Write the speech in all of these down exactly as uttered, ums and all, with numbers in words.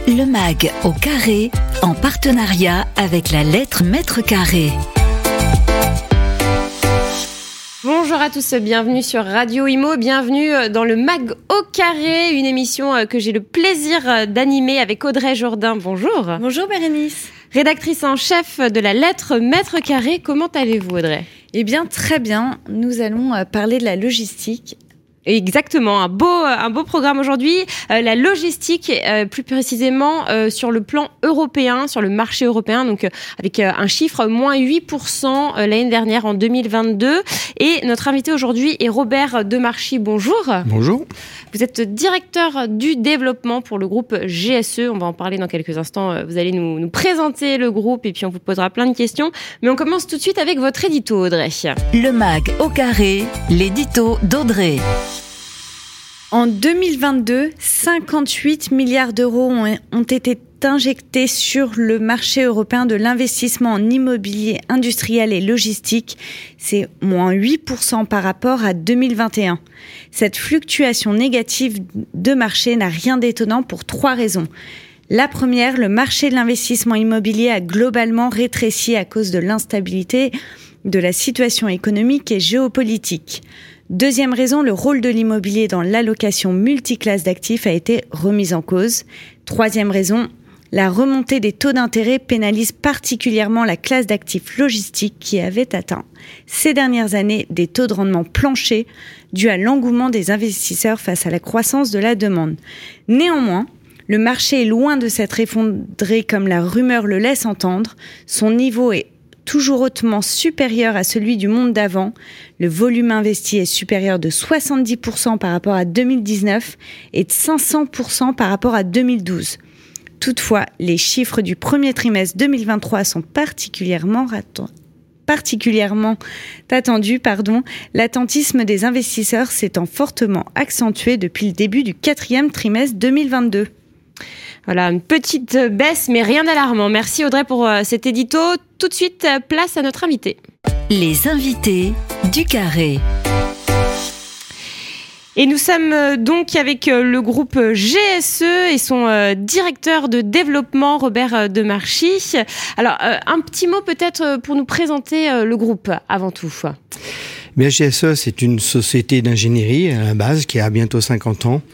Le mag au carré, en partenariat avec la lettre mètre carré. Bonjour à tous, bienvenue sur Radio Imo, bienvenue dans le mag au carré, une émission que j'ai le plaisir d'animer avec Audrey Jourdain. Bonjour. Bonjour Bérénice. Rédactrice en chef de la lettre mètre carré, comment allez-vous Audrey ? Eh bien très bien, nous allons parler de la logistique. Exactement, un beau, un beau programme aujourd'hui. Euh, la logistique, euh, plus précisément euh, sur le plan européen, sur le marché européen, donc euh, avec euh, un chiffre moins huit pour cent euh, l'année dernière en deux mille vingt-deux. Et notre invité aujourd'hui est Robert Demarchi. Bonjour. Bonjour. Vous êtes directeur du développement pour le groupe G S E. On va en parler dans quelques instants. Vous allez nous, nous présenter le groupe et puis on vous posera plein de questions. Mais on commence tout de suite avec votre édito, Audrey. Le mag au carré, l'édito d'Audrey. En deux mille vingt-deux, cinquante-huit milliards d'euros ont, ont été injectés sur le marché européen de l'investissement en immobilier industriel et logistique. C'est moins huit pour cent par rapport à deux mille vingt et un. Cette fluctuation négative de marché n'a rien d'étonnant pour trois raisons. La première, le marché de l'investissement immobilier a globalement rétréci à cause de l'instabilité de la situation économique et géopolitique. Deuxième raison, le rôle de l'immobilier dans l'allocation multiclasse d'actifs a été remis en cause. Troisième raison, la remontée des taux d'intérêt pénalise particulièrement la classe d'actifs logistiques qui avait atteint ces dernières années des taux de rendement planchers dus à l'engouement des investisseurs face à la croissance de la demande. Néanmoins, le marché est loin de s'être effondré comme la rumeur le laisse entendre. Son niveau est toujours hautement supérieur à celui du monde d'avant. Le volume investi est supérieur de soixante-dix pour cent par rapport à deux mille dix-neuf et de cinq cents pour cent par rapport à deux mille douze. Toutefois, les chiffres du premier trimestre deux mille vingt-trois sont particulièrement rat- particulièrement attendus. Pardon. L'attentisme des investisseurs s'étant fortement accentué depuis le début du quatrième trimestre deux mille vingt-deux. Voilà, une petite baisse, mais rien d'alarmant. Merci Audrey pour euh, cet édito. Tout de suite, place à notre invité. Les invités du carré. Et nous sommes donc avec le groupe G S E et son euh, directeur de développement, Robert Demarchi. Alors, euh, un petit mot peut-être pour nous présenter euh, le groupe avant tout. Bien, G S E, c'est une société d'ingénierie à la base qui a bientôt cinquante ans,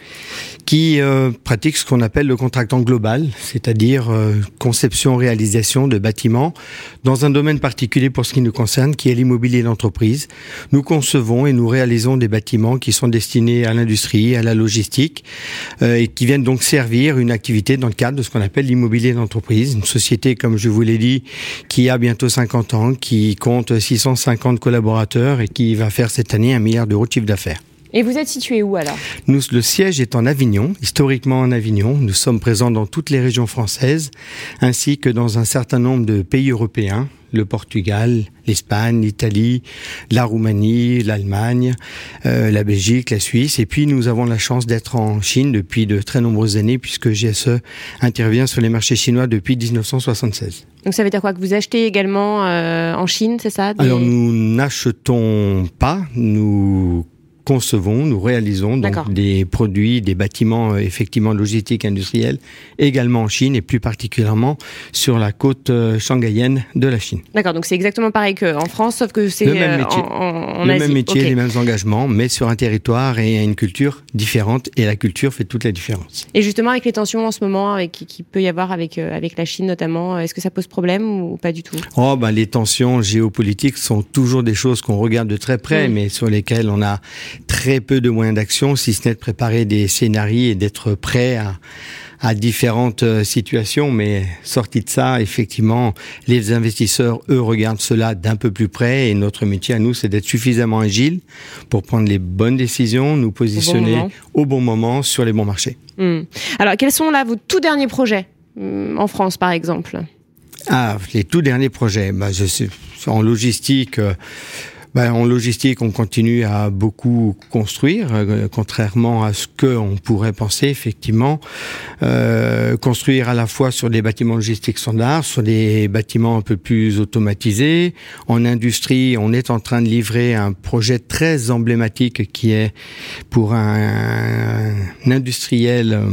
qui euh, pratique ce qu'on appelle le contractant global, c'est-à-dire euh, conception-réalisation de bâtiments dans un domaine particulier pour ce qui nous concerne, qui est l'immobilier d'entreprise. Nous concevons et nous réalisons des bâtiments qui sont destinés à l'industrie, à la logistique, euh, et qui viennent donc servir une activité dans le cadre de ce qu'on appelle l'immobilier d'entreprise. Une société, comme je vous l'ai dit, qui a bientôt cinquante ans, qui compte six cent cinquante collaborateurs et qui va faire cette année un milliard d'euros de chiffre d'affaires. Et vous êtes situé où alors ? Nous, le siège est en Avignon, historiquement en Avignon. Nous sommes présents dans toutes les régions françaises, ainsi que dans un certain nombre de pays européens, le Portugal, l'Espagne, l'Italie, la Roumanie, l'Allemagne, euh, la Belgique, la Suisse. Et puis nous avons la chance d'être en Chine depuis de très nombreuses années, puisque G S E intervient sur les marchés chinois depuis dix-neuf cent soixante-seize. Donc ça veut dire quoi ? Que vous achetez également euh, en Chine, c'est ça des... Alors nous n'achetons pas, nous concevons, nous réalisons donc D'accord. des produits, des bâtiments euh, effectivement logistiques industriels, également en Chine et plus particulièrement sur la côte euh, shanghaïenne de la Chine. D'accord, donc c'est exactement pareil qu'en France, sauf que c'est le même métier, en, en, en le Asie. même métier, okay. les mêmes engagements, mais sur un territoire et une culture différente. Et la culture fait toute la différence. Et justement, avec les tensions en ce moment, avec qui peut y avoir avec euh, avec la Chine notamment, est-ce que ça pose problème ou pas du tout ? Oh ben les tensions géopolitiques sont toujours des choses qu'on regarde de très près, mmh. mais sur lesquelles on a très peu de moyens d'action, si ce n'est de préparer des scénarios et d'être prêt à, à différentes situations. Mais sorti de ça, effectivement, les investisseurs, eux, regardent cela d'un peu plus près. Et notre métier à nous, c'est d'être suffisamment agile pour prendre les bonnes décisions, nous positionner au bon moment, au bon moment sur les bons marchés. Mmh. Alors, quels sont là vos tout derniers projets en France, par exemple ? Ah, les tout derniers projets, bah, je sais, en logistique. Euh, Ben, en logistique, on continue à beaucoup construire, euh, contrairement à ce qu'on pourrait penser, effectivement. Euh, construire à la fois sur des bâtiments logistiques standards, sur des bâtiments un peu plus automatisés. En industrie, on est en train de livrer un projet très emblématique qui est pour un, un industriel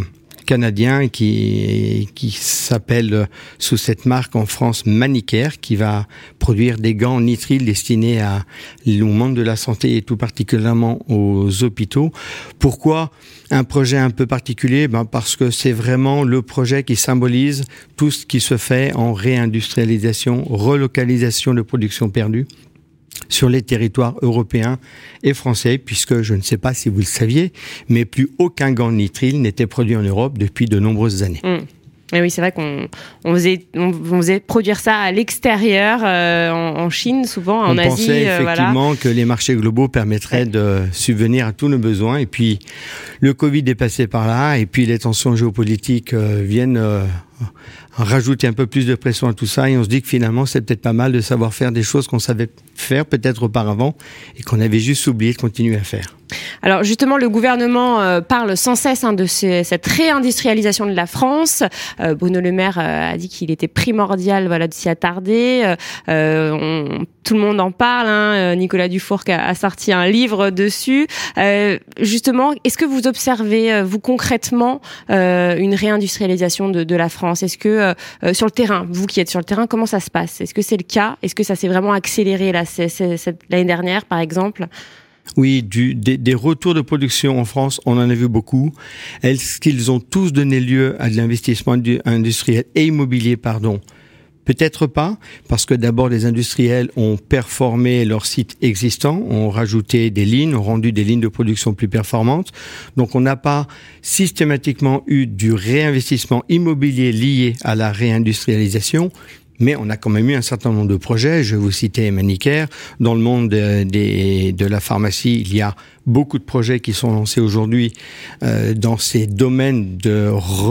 canadien qui, qui s'appelle sous cette marque en France Manicare, qui va produire des gants nitrile destinés à, au monde de la santé et tout particulièrement aux hôpitaux. Pourquoi un projet un peu particulier? Ben parce que c'est vraiment le projet qui symbolise tout ce qui se fait en réindustrialisation, relocalisation de production perdue sur les territoires européens et français, puisque je ne sais pas si vous le saviez, mais plus aucun gant nitrile n'était produit en Europe depuis de nombreuses années. Mmh. Et oui, c'est vrai qu'on on faisait, on, on faisait produire ça à l'extérieur, euh, en, en Chine, souvent, en on Asie. On pensait effectivement voilà. que les marchés globaux permettraient ouais. de subvenir à tous nos besoins. Et puis, le Covid est passé par là, et puis les tensions géopolitiques euh, viennent euh, rajouter un peu plus de pression à tout ça. Et on se dit que finalement, c'est peut-être pas mal de savoir faire des choses qu'on savait faire peut-être auparavant et qu'on avait juste oublié de continuer à faire. Alors justement, le gouvernement euh, parle sans cesse hein, de ce, cette réindustrialisation de la France. Euh, Bruno Le Maire euh, a dit qu'il était primordial voilà, de s'y attarder. Euh, on, tout le monde en parle. Hein. Nicolas Dufourcq a, a sorti un livre dessus. Euh, justement, est-ce que vous observez, vous concrètement, euh, une réindustrialisation de, de la France? Est-ce que euh, sur le terrain, vous qui êtes sur le terrain, comment ça se passe? Est-ce que c'est le cas? Est-ce que ça s'est vraiment accéléré là, c'est, c'est, c'est, l'année dernière, par exemple? Oui, du, des, des retours de production en France, on en a vu beaucoup. Est-ce qu'ils ont tous donné lieu à de l'investissement industriel et immobilier, pardon? Peut-être pas, parce que d'abord les industriels ont performé leurs sites existants, ont rajouté des lignes, ont rendu des lignes de production plus performantes. Donc on n'a pas systématiquement eu du réinvestissement immobilier lié à la réindustrialisation. Mais on a quand même eu un certain nombre de projets. Je vais vous citer Manicare. Dans le monde de, de, de la pharmacie, il y a beaucoup de projets qui sont lancés aujourd'hui euh, dans ces domaines de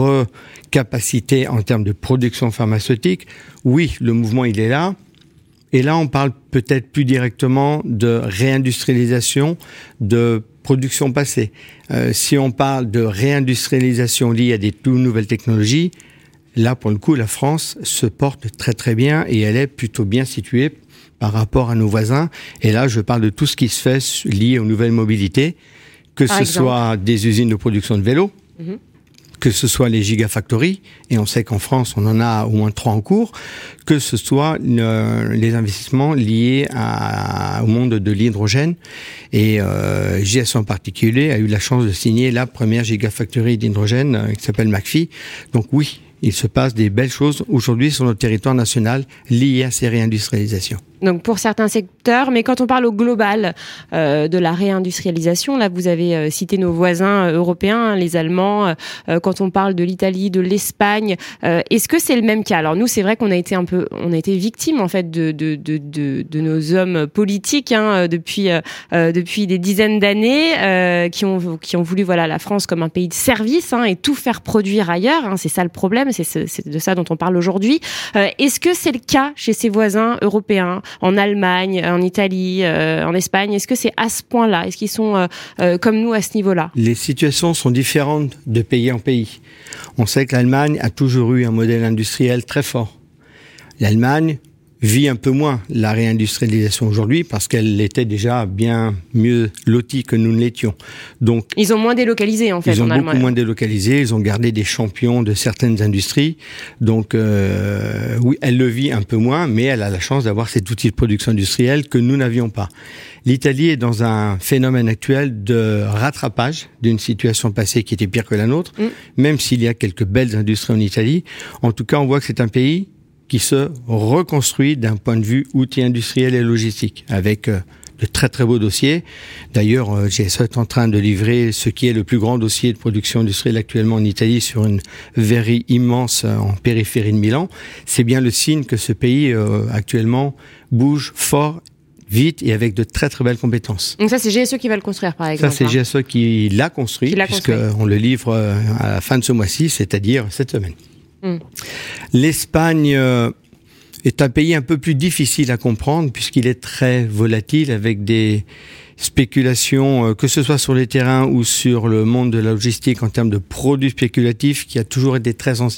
recapacité en termes de production pharmaceutique. Oui, le mouvement, il est là. Et là, on parle peut-être plus directement de réindustrialisation de production passée. Euh, si on parle de réindustrialisation liée à des toutes nouvelles technologies, là, pour le coup, la France se porte très très bien et elle est plutôt bien située par rapport à nos voisins. Et là, je parle de tout ce qui se fait lié aux nouvelles mobilités, que par ce exemple. soit des usines de production de vélos, mmh. que ce soit les gigafactories, et on sait qu'en France, on en a au moins trois en cours, que ce soit le, les investissements liés à, au monde de l'hydrogène. Et euh, G S en particulier a eu la chance de signer la première gigafactory d'hydrogène euh, qui s'appelle McPhy. Donc oui, il se passe des belles choses aujourd'hui sur notre territoire national liées à ces réindustrialisations. Donc pour certains secteurs, mais quand on parle au global euh, de la réindustrialisation, là vous avez euh, cité nos voisins euh, européens, les Allemands, euh, quand on parle de l'Italie, de l'Espagne, euh, est-ce que c'est le même cas? Alors nous, c'est vrai qu'on a été un peu, on a été victimes en fait de de de de, de nos hommes politiques hein, depuis euh, depuis des dizaines d'années euh, qui ont qui ont voulu voilà la France comme un pays de service hein, et tout faire produire ailleurs. Hein, c'est ça le problème, c'est c'est de ça dont on parle aujourd'hui. Euh, est-ce que c'est le cas chez ces voisins européens? En Allemagne, en Italie, euh, en Espagne, est-ce que c'est à ce point-là? Est-ce qu'ils sont euh, euh, comme nous à ce niveau-là? Les situations sont différentes de pays en pays. On sait que l'Allemagne a toujours eu un modèle industriel très fort. L'Allemagne vit un peu moins la réindustrialisation aujourd'hui parce qu'elle était déjà bien mieux lotie que nous ne l'étions. Donc, ils ont moins délocalisé en fait. Ils ont en beaucoup Allemagne. moins délocalisé, ils ont gardé des champions de certaines industries. Donc euh, oui, elle le vit un peu moins, mais elle a la chance d'avoir cet outil de production industrielle que nous n'avions pas. L'Italie est dans un phénomène actuel de rattrapage d'une situation passée qui était pire que la nôtre, mm. même s'il y a quelques belles industries en Italie. En tout cas, on voit que c'est un pays qui se reconstruit d'un point de vue outil industriel et logistique, avec euh, de très très beaux dossiers. D'ailleurs, euh, G S E est en train de livrer ce qui est le plus grand dossier de production industrielle actuellement en Italie sur une verrie immense euh, en périphérie de Milan. C'est bien le signe que ce pays euh, actuellement bouge fort, vite et avec de très très belles compétences. Donc ça, c'est G S E qui va le construire, par exemple. Ça, c'est hein. G S E qui l'a construit, puisqu'on le livre euh, à la fin de ce mois-ci, c'est-à-dire cette semaine. Mmh. L'Espagne euh, est un pays un peu plus difficile à comprendre puisqu'il est très volatile avec des spéculations, euh, que ce soit sur les terrains ou sur le monde de la logistique en termes de produits spéculatifs qui a toujours été très sensible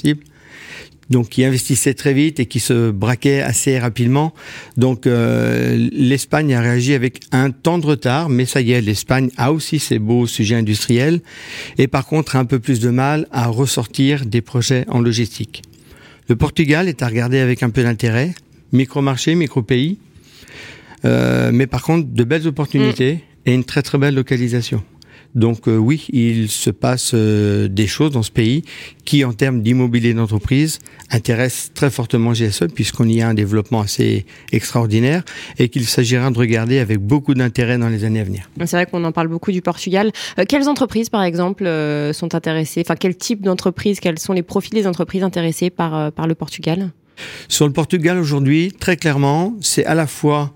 donc qui investissait très vite et qui se braquait assez rapidement. Donc euh, l'Espagne a réagi avec un temps de retard, mais ça y est, l'Espagne a aussi ses beaux sujets industriels et par contre a un peu plus de mal à ressortir des projets en logistique. Le Portugal est à regarder avec un peu d'intérêt, micro-marché, micro-pays, euh, mais par contre de belles opportunités mmh. et une très très belle localisation. Donc euh, oui, il se passe euh, des choses dans ce pays qui, en termes d'immobilier d'entreprise, intéressent très fortement G S E puisqu'on y a un développement assez extraordinaire et qu'il s'agira de regarder avec beaucoup d'intérêt dans les années à venir. C'est vrai qu'on en parle beaucoup du Portugal. Euh, quelles entreprises, par exemple, euh, sont intéressées, enfin quel type d'entreprises, quels sont les profils des entreprises intéressées par, euh, par le Portugal ? Sur le Portugal aujourd'hui, très clairement, c'est à la fois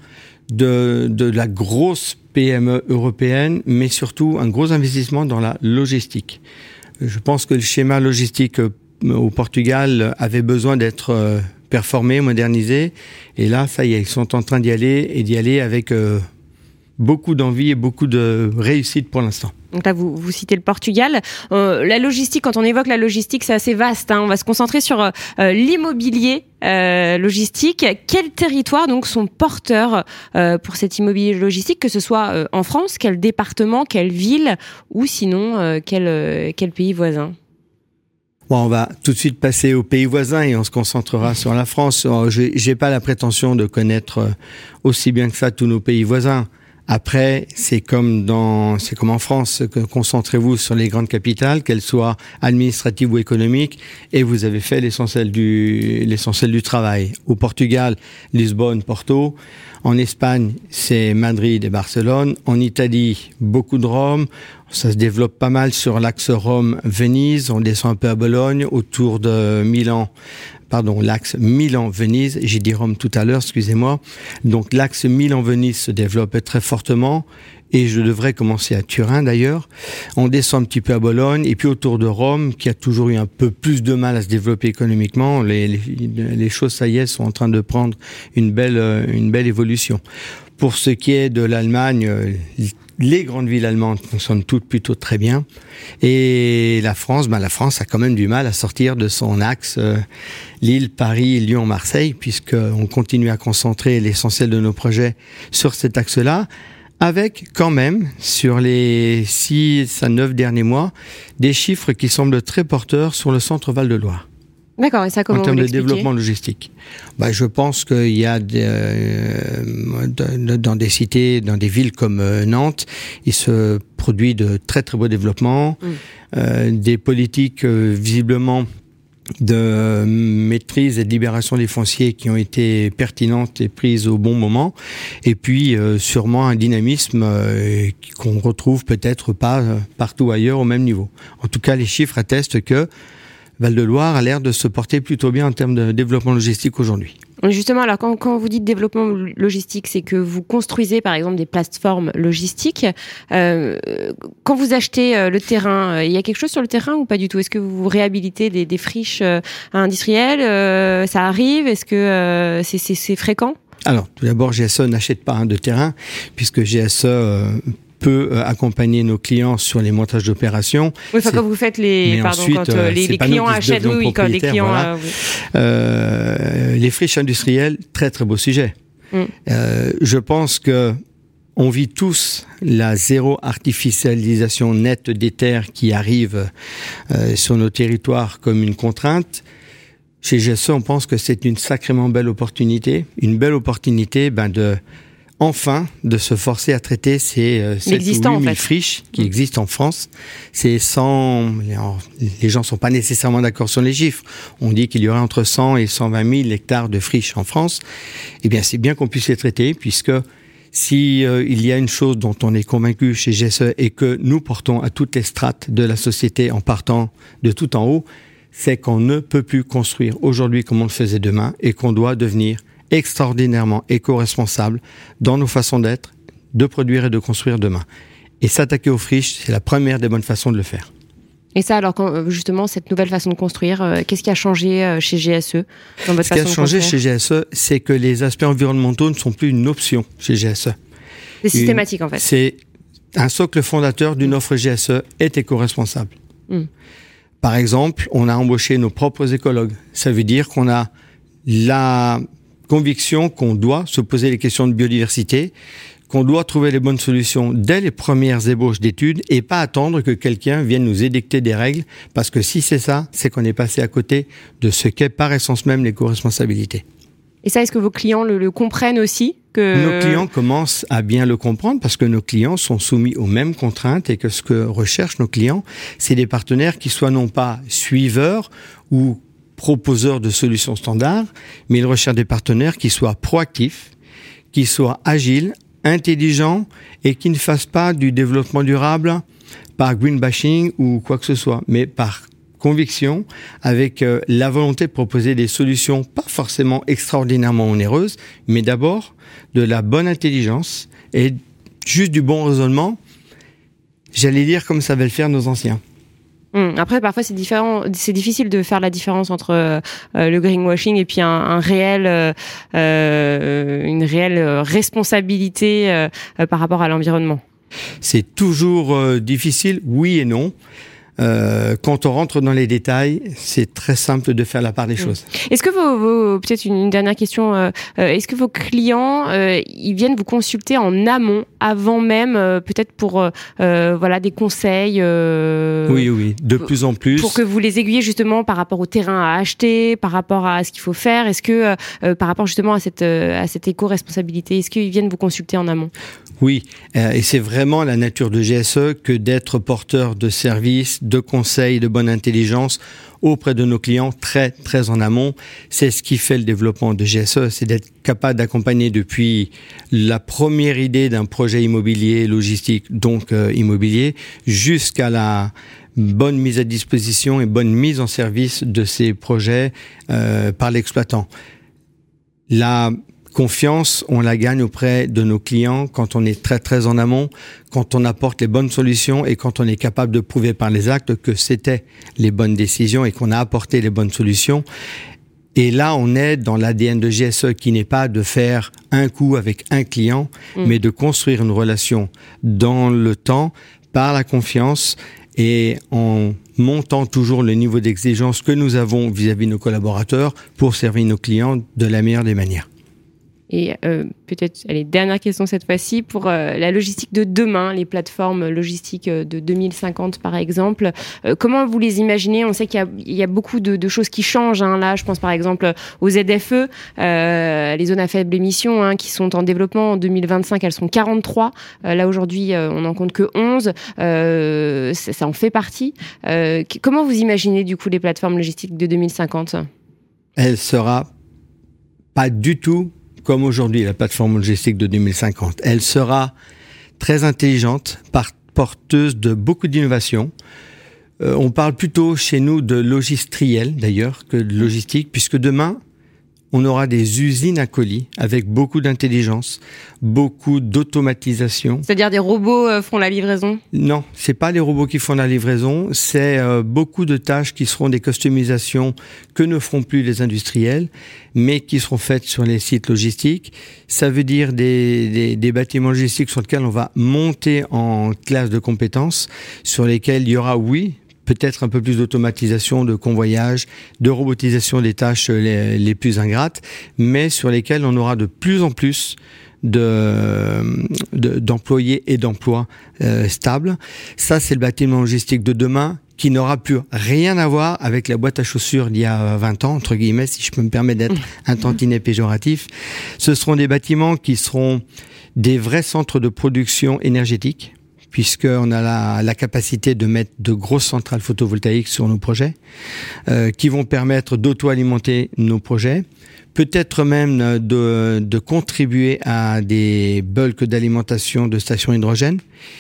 de, de la grosse P M E européenne, mais surtout un gros investissement dans la logistique. Je pense que le schéma logistique au Portugal avait besoin d'être performé, modernisé, et là, ça y est, ils sont en train d'y aller, et d'y aller avec euh, beaucoup d'envie et beaucoup de réussite pour l'instant. Donc là, vous, vous citez le Portugal. Euh, la logistique, quand on évoque la logistique, c'est assez vaste. Hein. On va se concentrer sur euh, l'immobilier euh, logistique. Quels territoires donc sont porteurs euh, pour cet immobilier logistique, que ce soit euh, en France, quel département, quelle ville, ou sinon euh, quel, euh, quel pays voisin ? Bon, on va tout de suite passer aux pays voisins et on se concentrera sur la France. Alors, j'ai, j'ai pas la prétention de connaître aussi bien que ça tous nos pays voisins. Après, c'est comme dans, c'est comme en France, que concentrez-vous sur les grandes capitales, qu'elles soient administratives ou économiques, et vous avez fait l'essentiel du, l'essentiel du travail. Au Portugal, Lisbonne, Porto. En Espagne, c'est Madrid et Barcelone. En Italie, beaucoup de Rome. Ça se développe pas mal sur l'axe Rome-Venise. On descend un peu à Bologne, autour de Milan. Pardon, l'axe Milan-Venise. J'ai dit Rome tout à l'heure, excusez-moi. Donc l'axe Milan-Venise se développe très fortement. Et je devrais commencer à Turin d'ailleurs. On descend un petit peu à Bologne et puis autour de Rome, qui a toujours eu un peu plus de mal à se développer économiquement. Les, les, les choses, ça y est, sont en train de prendre une belle, une belle évolution. Pour ce qui est de l'Allemagne, les grandes villes allemandes fonctionnent toutes plutôt très bien. Et la France, ben la France a quand même du mal à sortir de son axe euh, Lille, Paris, Lyon, Marseille, puisqu'on continue à concentrer l'essentiel de nos projets sur cet axe-là. Avec quand même, sur les six à neuf derniers mois, des chiffres qui semblent très porteurs sur le centre Val-de-Loire. D'accord, et ça comment en termes vous de développement logistique. Bah, je pense qu'il y a des, euh, dans des cités, dans des villes comme euh, Nantes, il se produit de très très beaux développements, mmh. euh, des politiques euh, visiblement de maîtrise et de libération des fonciers qui ont été pertinentes et prises au bon moment, et puis euh, sûrement un dynamisme euh, qu'on retrouve peut-être pas euh, partout ailleurs au même niveau. En tout cas, les chiffres attestent que Val-de-Loire a l'air de se porter plutôt bien en termes de développement logistique aujourd'hui. Justement, alors quand, quand vous dites développement logistique, c'est que vous construisez par exemple des plateformes logistiques. Euh, quand vous achetez euh, le terrain, euh, il y a quelque chose sur le terrain ou pas du tout ? Est-ce que vous réhabilitez des, des friches euh, industrielles ? euh, Ça arrive ? Est-ce que euh, c'est, c'est, c'est fréquent ? Alors, tout d'abord, G S E n'achète pas hein, de terrain, puisque G S E... Euh, peut euh, accompagner nos clients sur les montages d'opérations. Oui, enfin, quand vous faites les, mais pardon, ensuite, quand euh, les, les clients achètent, oui, oui, quand les clients, voilà. euh, oui. euh, les friches industrielles, très très beau sujet. Mm. Euh, je pense que on vit tous la zéro artificialisation nette des terres qui arrive euh, sur nos territoires comme une contrainte. Chez G S E, on pense que c'est une sacrément belle opportunité, une belle opportunité, ben de enfin, de se forcer à traiter ces euh, sept ou huit mille friches qui mmh. existent en France. C'est cent, les gens sont pas nécessairement d'accord sur les chiffres. On dit qu'il y aurait entre cent et cent vingt mille hectares de friches en France. Eh bien, c'est bien qu'on puisse les traiter, puisque si euh, il y a une chose dont on est convaincu chez G S E et que nous portons à toutes les strates de la société en partant de tout en haut, c'est qu'on ne peut plus construire aujourd'hui comme on le faisait demain et qu'on doit devenir extraordinairement éco-responsable dans nos façons d'être, de produire et de construire demain. Et s'attaquer aux friches, c'est la première des bonnes façons de le faire. Et ça, alors, quand, justement, cette nouvelle façon de construire, euh, qu'est-ce qui a changé euh, chez G S E dans votre Ce façon qui a changé de construire ? chez G S E, c'est que les aspects environnementaux ne sont plus une option chez G S E. C'est systématique, une, en fait. C'est un socle fondateur d'une offre G S E est éco-responsable. Mmh. Par exemple, on a embauché nos propres écologues. Ça veut dire qu'on a la conviction qu'on doit se poser les questions de biodiversité, qu'on doit trouver les bonnes solutions dès les premières ébauches d'études et pas attendre que quelqu'un vienne nous édicter des règles, parce que si c'est ça, c'est qu'on est passé à côté de ce qu'est par essence même l'éco-responsabilité. Et ça, est-ce que vos clients le, le comprennent aussi que... Nos clients commencent à bien le comprendre parce que nos clients sont soumis aux mêmes contraintes et que ce que recherchent nos clients, c'est des partenaires qui soient non pas suiveurs ou proposeurs de solutions standards, mais ils recherchent des partenaires qui soient proactifs, qui soient agiles, intelligents et qui ne fassent pas du développement durable par greenbashing ou quoi que ce soit, mais par conviction, avec euh, la volonté de proposer des solutions pas forcément extraordinairement onéreuses, mais d'abord de la bonne intelligence et juste du bon raisonnement, j'allais dire comme savaient le faire nos anciens. Hum, après, parfois, c'est différent, c'est difficile de faire la différence entre euh, le greenwashing et puis un, un réel, euh, une réelle responsabilité euh, par rapport à l'environnement. C'est toujours euh, difficile, oui et non. Euh, quand on rentre dans les détails, c'est très simple de faire la part des choses. Est-ce que vos, vos peut-être une, une dernière question, euh, est-ce que vos clients, euh, ils viennent vous consulter en amont, avant même, euh, peut-être pour euh, voilà des conseils euh, Oui, oui, de plus en plus. Pour que vous les aiguillez justement par rapport au terrain à acheter, par rapport à ce qu'il faut faire. Est-ce que euh, par rapport justement à cette à cette éco-responsabilité, est-ce qu'ils viennent vous consulter en amont ? Oui, euh, et c'est vraiment la nature de G S E que d'être porteur de services, de conseils, de bonne intelligence auprès de nos clients très, très en amont. C'est ce qui fait le développement de G S E, c'est d'être capable d'accompagner depuis la première idée d'un projet immobilier, logistique, donc euh, immobilier, jusqu'à la bonne mise à disposition et bonne mise en service de ces projets euh, par l'exploitant. La confiance, on la gagne auprès de nos clients quand on est très très en amont, quand on apporte les bonnes solutions et quand on est capable de prouver par les actes que c'était les bonnes décisions et qu'on a apporté les bonnes solutions. Et là, on est dans l'A D N de G S E qui n'est pas de faire un coup avec un client, mmh. mais de construire une relation dans le temps, par la confiance et en montant toujours le niveau d'exigence que nous avons vis-à-vis de nos collaborateurs pour servir nos clients de la meilleure des manières. Et euh, peut-être, allez, dernière question cette fois-ci, pour euh, la logistique de demain, les plateformes logistiques de deux mille cinquante par exemple, euh, comment vous les imaginez ? On sait qu'il y a, il y a beaucoup de, de choses qui changent. Hein. Là, je pense par exemple aux Z F E, euh, les zones à faible émission, hein, qui sont en développement. En deux mille vingt-cinq, elles sont quarante-trois. Euh, là, aujourd'hui, euh, on n'en compte que onze. Euh, ça, ça en fait partie. Euh, comment vous imaginez, du coup, les plateformes logistiques de deux mille cinquante ? Elle sera pas du tout comme aujourd'hui, la plateforme logistique de deux mille cinquante. Elle sera très intelligente, porteuse de beaucoup d'innovations. Euh, on parle plutôt chez nous de logistriel, d'ailleurs, que de logistique, puisque demain, on aura des usines à colis avec beaucoup d'intelligence, beaucoup d'automatisation. C'est-à-dire des robots euh, font la livraison ? Non, c'est pas les robots qui font la livraison, c'est euh, beaucoup de tâches qui seront des customisations que ne feront plus les industriels, mais qui seront faites sur les sites logistiques. Ça veut dire des, des, des bâtiments logistiques sur lesquels on va monter en classe de compétences, sur lesquels il y aura, oui, peut-être un peu plus d'automatisation, de convoyage, de robotisation des tâches les, les plus ingrates, mais sur lesquelles on aura de plus en plus de, de, d'employés et d'emplois euh, stables. Ça, c'est le bâtiment logistique de demain qui n'aura plus rien à voir avec la boîte à chaussures d'il y a vingt ans, entre guillemets, si je peux me permettre d'être un tantinet péjoratif. Ce seront des bâtiments qui seront des vrais centres de production énergétique, puisqu'on a la, la capacité de mettre de grosses centrales photovoltaïques sur nos projets, euh, qui vont permettre d'auto-alimenter nos projets, peut-être même de, de contribuer à des bulks d'alimentation de stations hydrogène,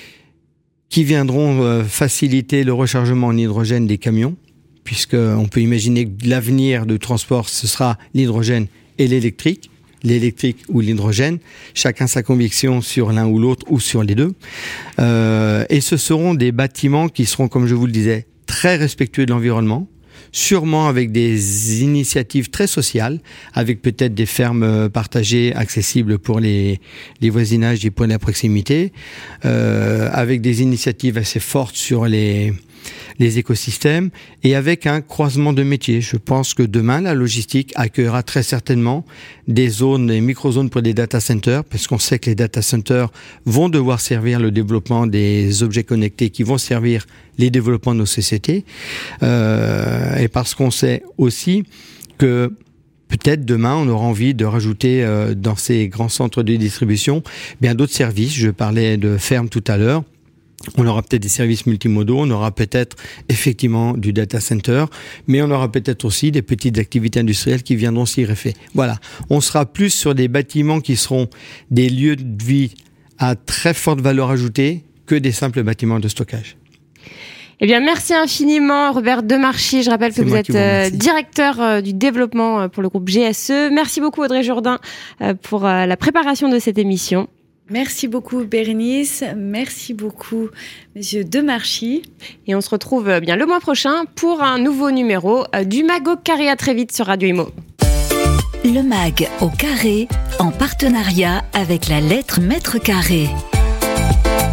qui viendront euh, faciliter le rechargement en hydrogène des camions, puisqu'on peut imaginer que l'avenir du transport, ce sera l'hydrogène et l'électrique. l'électrique ou l'hydrogène, chacun sa conviction sur l'un ou l'autre ou sur les deux. Euh, et ce seront des bâtiments qui seront, comme je vous le disais, très respectueux de l'environnement, sûrement avec des initiatives très sociales, avec peut-être des fermes partagées accessibles pour les, les voisinages et pour la proximité, euh, avec des initiatives assez fortes sur les les écosystèmes et avec un croisement de métiers. Je pense que demain, la logistique accueillera très certainement des zones, des micro-zones pour des data centers, parce qu'on sait que les data centers vont devoir servir le développement des objets connectés qui vont servir les développements de nos sociétés. Euh, et parce qu'on sait aussi que peut-être demain, on aura envie de rajouter euh, dans ces grands centres de distribution bien d'autres services. Je parlais de ferme tout à l'heure. On aura peut-être des services multimodaux, on aura peut-être effectivement du data center, mais on aura peut-être aussi des petites activités industrielles qui viendront s'y greffer. Voilà, on sera plus sur des bâtiments qui seront des lieux de vie à très forte valeur ajoutée que des simples bâtiments de stockage. Eh bien, merci infiniment, Robert Demarchi. Je rappelle que C'est vous êtes vous euh, directeur euh, du développement pour le groupe G S E. Merci beaucoup, Audrey Jourdain, euh, pour euh, la préparation de cette émission. Merci beaucoup, Bérénice. Merci beaucoup, Monsieur Demarchi. Et on se retrouve euh, bien le mois prochain pour un nouveau numéro euh, du Mag au carré. À très vite sur Radio Imo. Le Mag au carré, en partenariat avec la lettre Mètre Carré.